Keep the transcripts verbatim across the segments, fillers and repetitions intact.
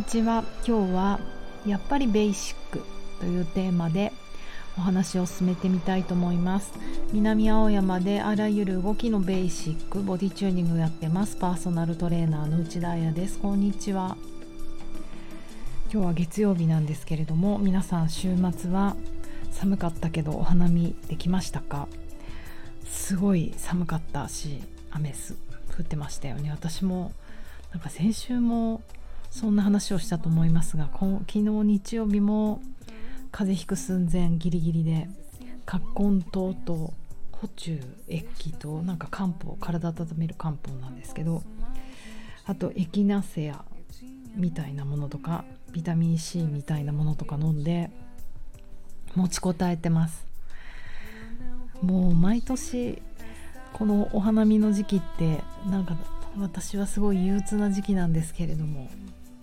にちは。今日はやっぱりベーシックというテーマでお話を進めてみたいと思います。南青山であらゆる動きのベーシックボディチューニングをやってますパーソナルトレーナーの内田彩です。こんにちは。今日は月曜日なんですけれども、皆さん週末は寒かったけどお花見できましたか？すごい寒かったし、雨す降ってましたよね。私もなんか先週もそんな話をしたと思いますが、昨日日曜日も風邪ひく寸前ギリギリで葛根湯と補中液となんか漢方、体温める漢方なんですけど、あとエキナセアみたいなものとかビタミン C みたいなものとか飲んで持ちこたえてます。もう毎年このお花見の時期ってなんか私はすごい憂鬱な時期なんですけれども、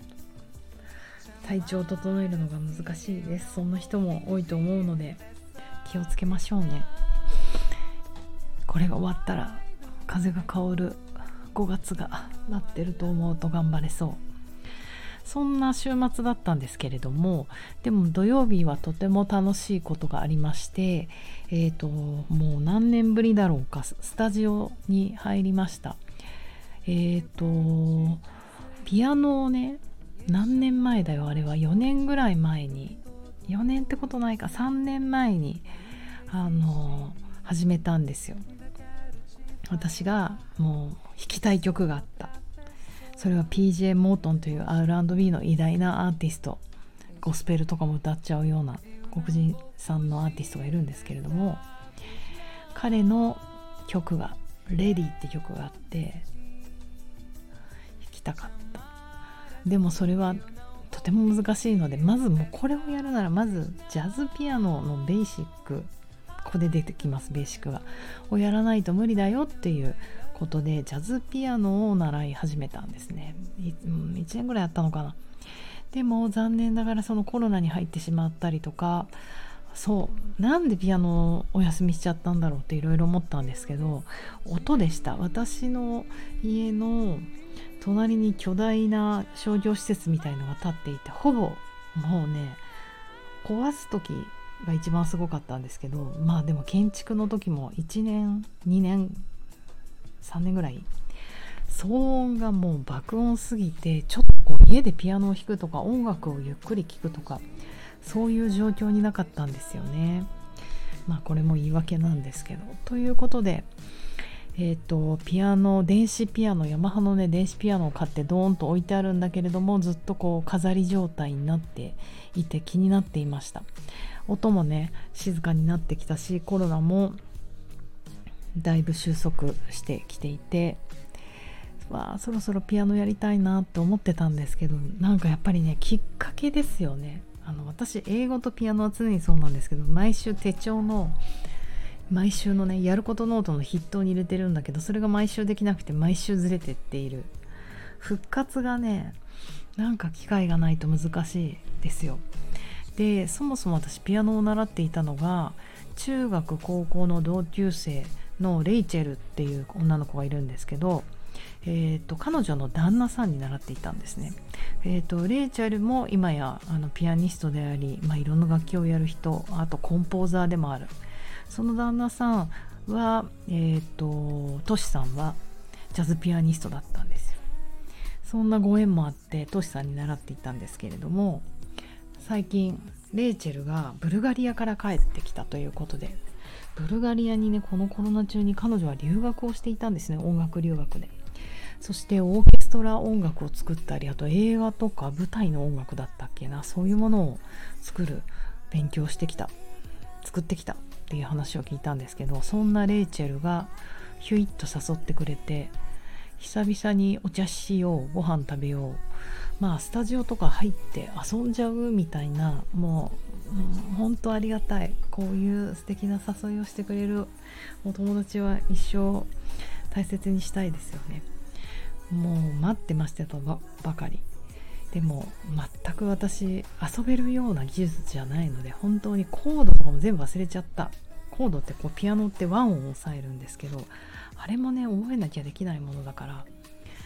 体調を整えるのが難しいです。そんな人も多いと思うので気をつけましょうね。これが終わったら風が香るごがつが待ってると思うと頑張れそう。そんな週末だったんですけれども、でも土曜日はとても楽しいことがありまして、えーと、もう何年ぶりだろうか、スタジオに入りました。えーとピアノをね、何年前だよ、あれはよねんぐらい前に、よねんってことないか、さんねんまえにあの始めたんですよ。私がもう弾きたい曲があった。それは ピージェー モートンという アールアンドビー の偉大なアーティスト、ゴスペルとかも歌っちゃうような黒人さんのアーティストがいるんですけれども、彼の曲がレディって曲があって弾きたかった。でもそれはとても難しいので、まずもうこれをやるならまずジャズピアノのベーシック、ここで出てきますベーシックがをやらないと無理だよっていうことで、ジャズピアノを習い始めたんですね。いちねんぐらいやったのかな。でも残念ながらそのコロナに入ってしまったりとか、そうなんでピアノをお休みしちゃったんだろうっていろいろ思ったんですけど、音でした。私の家の隣に巨大な商業施設みたいのが建っていて、ほぼもうね、壊す時が一番すごかったんですけど、まあでも建築の時もいちねんにねんさんねんぐらい騒音がもう爆音すぎて、ちょっとこう家でピアノを弾くとか音楽をゆっくり聴くとかそういう状況になかったんですよね。まあこれも言い訳なんですけど、ということでえーと、ピアノ、電子ピアノ、ヤマハのね電子ピアノを買ってドーンと置いてあるんだけれども、ずっとこう飾り状態になっていて気になっていました。音もね静かになってきたし、コロナもだいぶ収束してきていて、わあそろそろピアノやりたいなと思ってたんですけど、なんかやっぱりねきっかけですよね。あの私英語とピアノは常にそうなんですけど、毎週手帳の毎週のねやることノートの筆頭に入れてるんだけど、それが毎週できなくて毎週ずれてっている。復活がねなんか機会がないと難しいですよ。でそもそも私ピアノを習っていたのが中学高校の同級生のレイチェルっていう女の子がいるんですけど、えーと彼女の旦那さんに習っていたんですね。えーとレイチェルも今やあのピアニストであり、まあ、いろんな楽器をやる人、あとコンポーザーでもある。その旦那さんは、えーと、トシさんはジャズピアニストだったんですよ。そんなご縁もあってトシさんに習っていたんですけれども、最近レイチェルがブルガリアから帰ってきたということで、ブルガリアにねこのコロナ中に彼女は留学をしていたんですね。音楽留学で。そしてオーケストラ音楽を作ったり、あと映画とか舞台の音楽だったっけな、そういうものを作る勉強してきた作ってきたっていう話を聞いたんですけど、そんなレイチェルがヒュイッと誘ってくれて、久々にお茶しよう、ご飯食べよう、まあスタジオとか入って遊んじゃうみたいな、もう本当ありがたい。こういう素敵な誘いをしてくれるお友達は一生大切にしたいですよね。もう待ってましたと ば, ばかりでも全く私遊べるような技術じゃないので、本当にコードとかも全部忘れちゃった。コードってこうピアノって和音を押さえるんですけど、あれもね覚えなきゃできないものだから、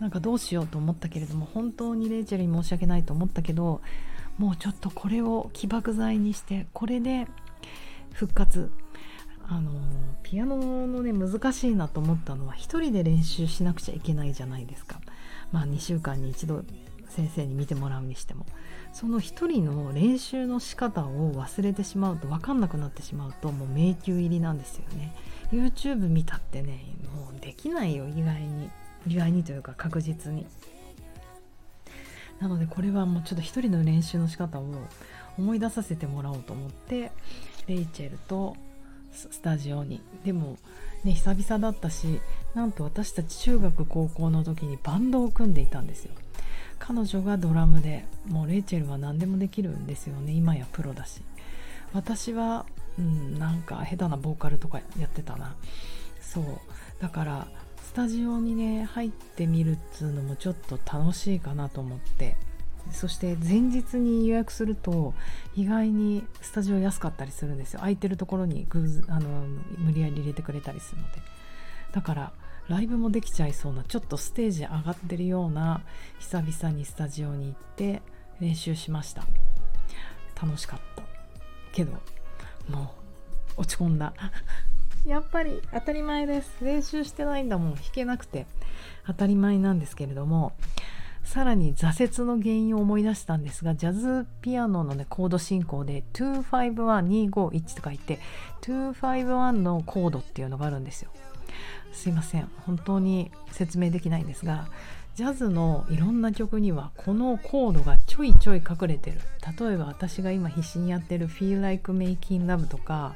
なんかどうしようと思ったけれども、本当にレイチェルに申し訳ないと思ったけど、もうちょっとこれを起爆剤にして、これで復活。あのピアノのね難しいなと思ったのは、一人で練習しなくちゃいけないじゃないですか。まあにしゅうかんに一度先生に見てもらうにしても、その一人の練習の仕方を忘れてしまうと、分かんなくなってしまうと、もう迷宮入りなんですよね。 YouTube 見たってね、もうできないよ、意外に意外にというか確実に。なのでこれはもうちょっと一人の練習の仕方を思い出させてもらおうと思って、レイチェルとスタジオに。でもね、久々だったし、なんと私たち中学高校の時にバンドを組んでいたんですよ。彼女がドラムで、もうレイチェルは何でもできるんですよね、今やプロだし。私は、うん、なんか下手なボーカルとかやってたな。そうだからスタジオにね入ってみるっつうのもちょっと楽しいかなと思って、そして前日に予約すると意外にスタジオ安かったりするんですよ。空いてるところに偶然あの無理やり入れてくれたりするので。だからライブもできちゃいそうな、ちょっとステージ上がってるような、久々にスタジオに行って練習しました。楽しかったけどもう落ち込んだやっぱり当たり前です。練習してないんだもん、弾けなくて当たり前なんですけれども、さらに挫折の原因を思い出したんですが、ジャズピアノの、ね、コード進行でにごーにごいちとか言って、にごーのコードっていうのがあるんですよ。すいません、本当に説明できないんですが、ジャズのいろんな曲にはこのコードがちょいちょい隠れてる。例えば私が今必死にやってる Feel Like Making Love とか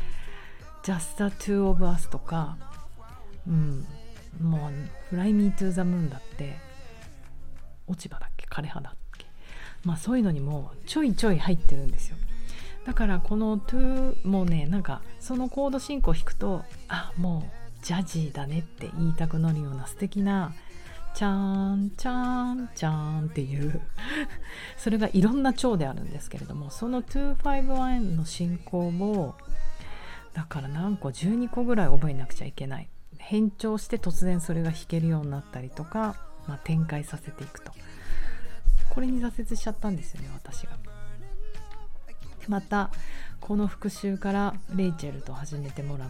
Just the Two of Us とか、うん、もう Fly Me to the Moon だって落ち葉だっけ枯葉だっけ、まあそういうのにもちょいちょい入ってるんですよ。だからこのにもうね、なんかそのコード進行を弾くと、あ、もうジャジーだねって言いたくなるような素敵なチャーンチャーンチャーンっていうそれがいろんな調であるんですけれども、そのにごーの進行をだから何個じゅうにこぐらい覚えなくちゃいけない。変調して突然それが弾けるようになったりとか、まあ、展開させていくと。これに挫折しちゃったんですよね、私が。でまたこの復習からレイチェルと始めてもらって、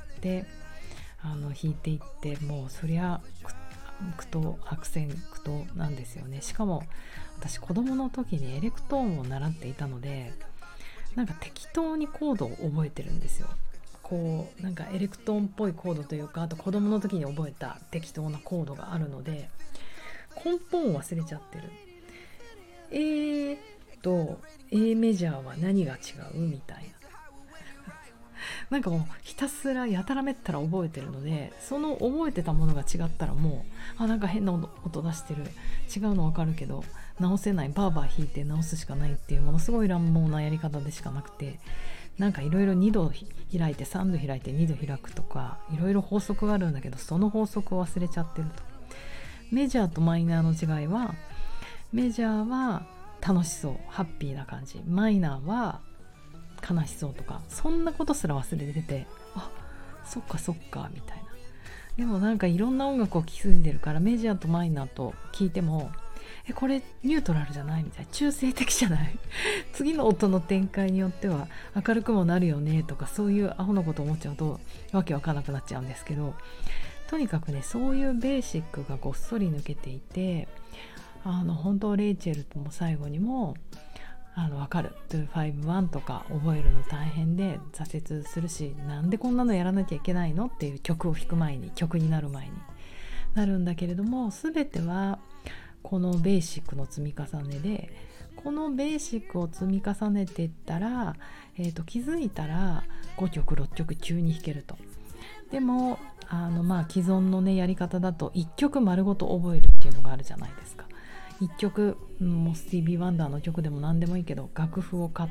あの弾いていって、もうそりゃ苦闘悪戦苦闘なんですよね。しかも私子供の時にエレクトーンを習っていたので、なんか適当にコードを覚えてるんですよ。こうなんかエレクトーンっぽいコードというか、あと子供の時に覚えた適当なコードがあるので根本を忘れちゃってる。えーと A メジャーは何が違うみたいななんかもうひたすらやたらめったら覚えてるので、その覚えてたものが違ったらもう、あ、なんか変な音出してる、違うの分かるけど直せない、バーバー弾いて直すしかないっていうものすごい乱暴なやり方でしかなくて、なんかいろいろにど開いてさんど開いてにど開くとか、いろいろ法則があるんだけど、その法則を忘れちゃってると。メジャーとマイナーの違いは、メジャーは楽しそう、ハッピーな感じ、マイナーは悲しそうとか、そんなことすら忘れてて、あ、そっかそっかみたいな。でもなんかいろんな音楽を聴きすぎてるから、メジャーとマイナーと聞いても、え、これニュートラルじゃないみたいな、中性的じゃない次の音の展開によっては明るくもなるよねとか、そういうアホなこと思っちゃうとわけわかんなくなっちゃうんですけど、とにかくね、そういうベーシックがごっそり抜けていて、あの本当レイチェルとも最後にもあの分かる、にごーとか覚えるの大変で挫折するし、なんでこんなのやらなきゃいけないのっていう、曲を弾く前に、曲になる前になるんだけれども、全てはこのベーシックの積み重ねで、このベーシックを積み重ねていったら、えーと、気づいたらごきょくろっきょく急に弾けると。でもあのまあ既存のねやり方だといっきょく丸ごと覚えるっていうのがあるじゃないですか。いっきょく、もうスティービー・ワンダーの曲でも何でもいいけど、楽譜を買って、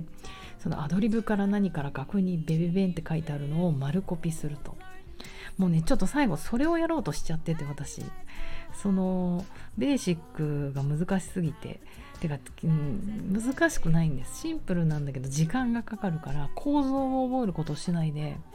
そのアドリブから何から楽譜にベベベンって書いてあるのを丸コピすると。もうね、ちょっと最後それをやろうとしちゃってて、私そのベーシックが難しすぎて、てか、うん、難しくないんです。シンプルなんだけど時間がかかるから、構造を覚えることをしないで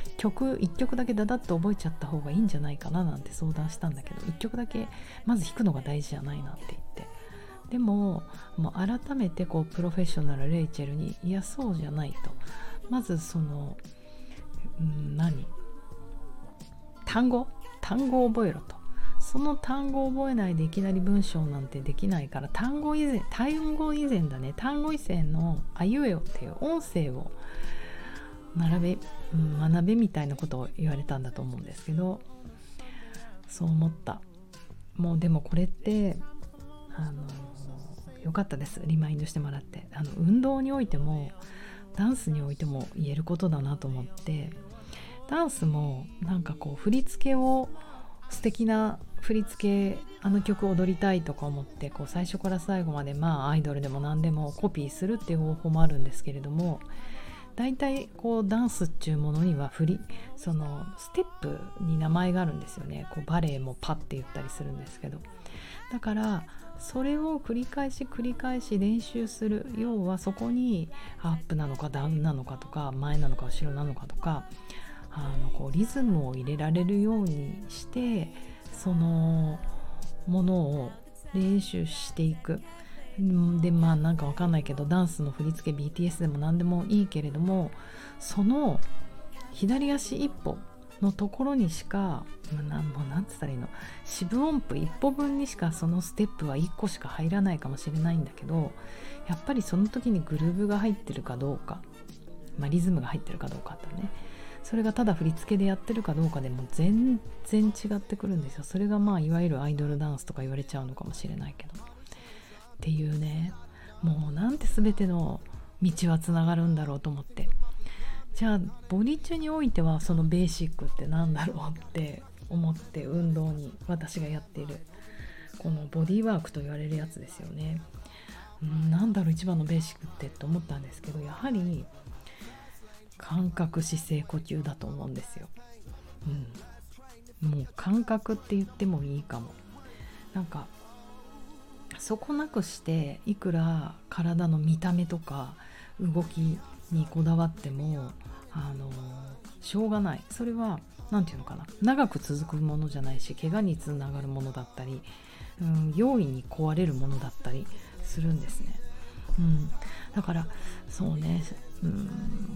曲いっきょくだけダダッと覚えちゃった方がいいんじゃないかななんて相談したんだけど、いっきょくだけまず弾くのが大事じゃないなって言って、でも、もう改めてこうプロフェッショナルレイチェルに、いやそうじゃないと、まずその、うん、何単語単語を覚えろと、その単語を覚えないでいきなり文章なんてできないから、単語以前単語以前だね単語以前のあいうえおっていう音声を並べ、うん、学べみたいなことを言われたんだと思うんですけど、そう思った。もうでもこれってあのよかったです、リマインドしてもらって。あの運動においてもダンスにおいても言えることだなと思って、ダンスもなんかこう振り付けを素敵な振り付け、あの曲踊りたいとか思ってこう最初から最後まで、まあアイドルでも何でもコピーするっていう方法もあるんですけれども、だいたいこうダンスっていうものには振りそのステップに名前があるんですよね。こうバレエもパッて言ったりするんですけど、だからそれを繰り返し繰り返し練習する。要はそこにアップなのかダウンなのかとか、前なのか後ろなのかとか、あのこうリズムを入れられるようにして、そのものを練習していく。でまあなんかわかんないけど、ダンスの振り付け ビーティーエス でも何でもいいけれども、その左足一歩のところにしか、まあ、なんもうなんつったらいいの、四分音符一歩分にしかそのステップはいっこしか入らないかもしれないんだけど、やっぱりその時にグルーヴが入ってるかどうか、まあ、リズムが入ってるかどうかってね、それがただ振り付けでやってるかどうかでも全然違ってくるんですよ。それがまあいわゆるアイドルダンスとか言われちゃうのかもしれないけどっていうね、もうなんて全ての道はつながるんだろうと思って、じゃあボディ中においてはそのベーシックってなんだろうって思って、運動に私がやっているこのボディワークと言われるやつですよね。うん、なんだろう一番のベーシックってと思ったんですけど、やはり感覚、姿勢、呼吸だと思うんですよ。うん、もう感覚って言ってもいいかも。なんかそこなくしていくら体の見た目とか動きにこだわってもあのしょうがない。それはなんていうのかな、長く続くものじゃないし、怪我につながるものだったり、うん、容易に壊れるものだったりするんですね。うん、だからそうね、うん、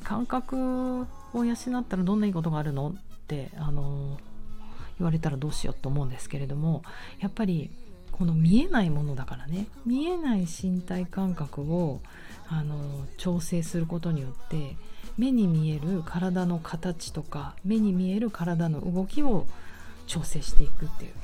感覚を養ったらどんないいことがあるのってあの言われたらどうしようと思うんですけれども、やっぱりこの見えないものだからね、見えない身体感覚をあの調整することによって目に見える体の形とか目に見える体の動きを調整していくっていう、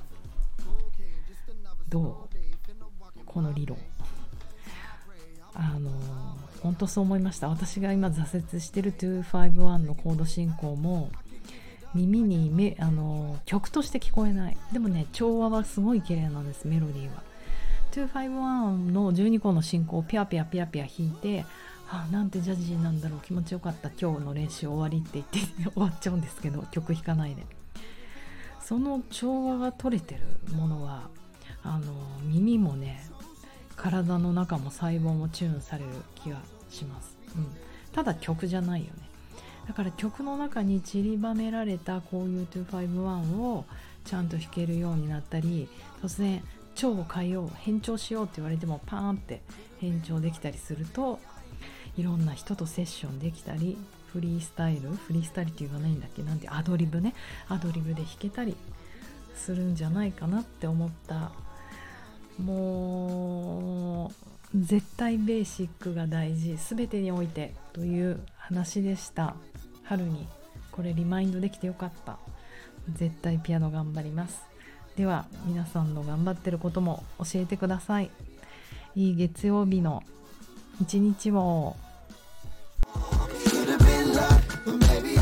どうこの理論。あの本当そう思いました。私が今挫折してるにひゃくごじゅういちのコード進行も耳にめあの曲として聞こえない。でもね、調和はすごい綺麗なんです。メロディーはにひゃくごじゅういちのじゅうにこの進行をピャピャピャピャ弾いて、あ、なんてジャジーなんだろう、気持ちよかった、今日の練習終わりって言って終わっちゃうんですけど、曲弾かないで。その調和が取れてるものはあの耳もね、体の中も細胞もチューンされる気がします、うん、ただ曲じゃないよね。だから曲の中に散りばめられたこういうにひゃくごじゅういちをちゃんと弾けるようになったり、突然調を変えよう、変調しようって言われてもパーンって変調できたりすると、いろんな人とセッションできたり、フリースタイルフリースタイルっていうかないんだっけ、なんてアドリブね、アドリブで弾けたりするんじゃないかなって思った。もう絶対ベーシックが大事、全てにおいてという話でした。春にこれリマインドできてよかった。絶対ピアノ頑張ります。では皆さんの頑張ってることも教えてください。いい月曜日の一日を。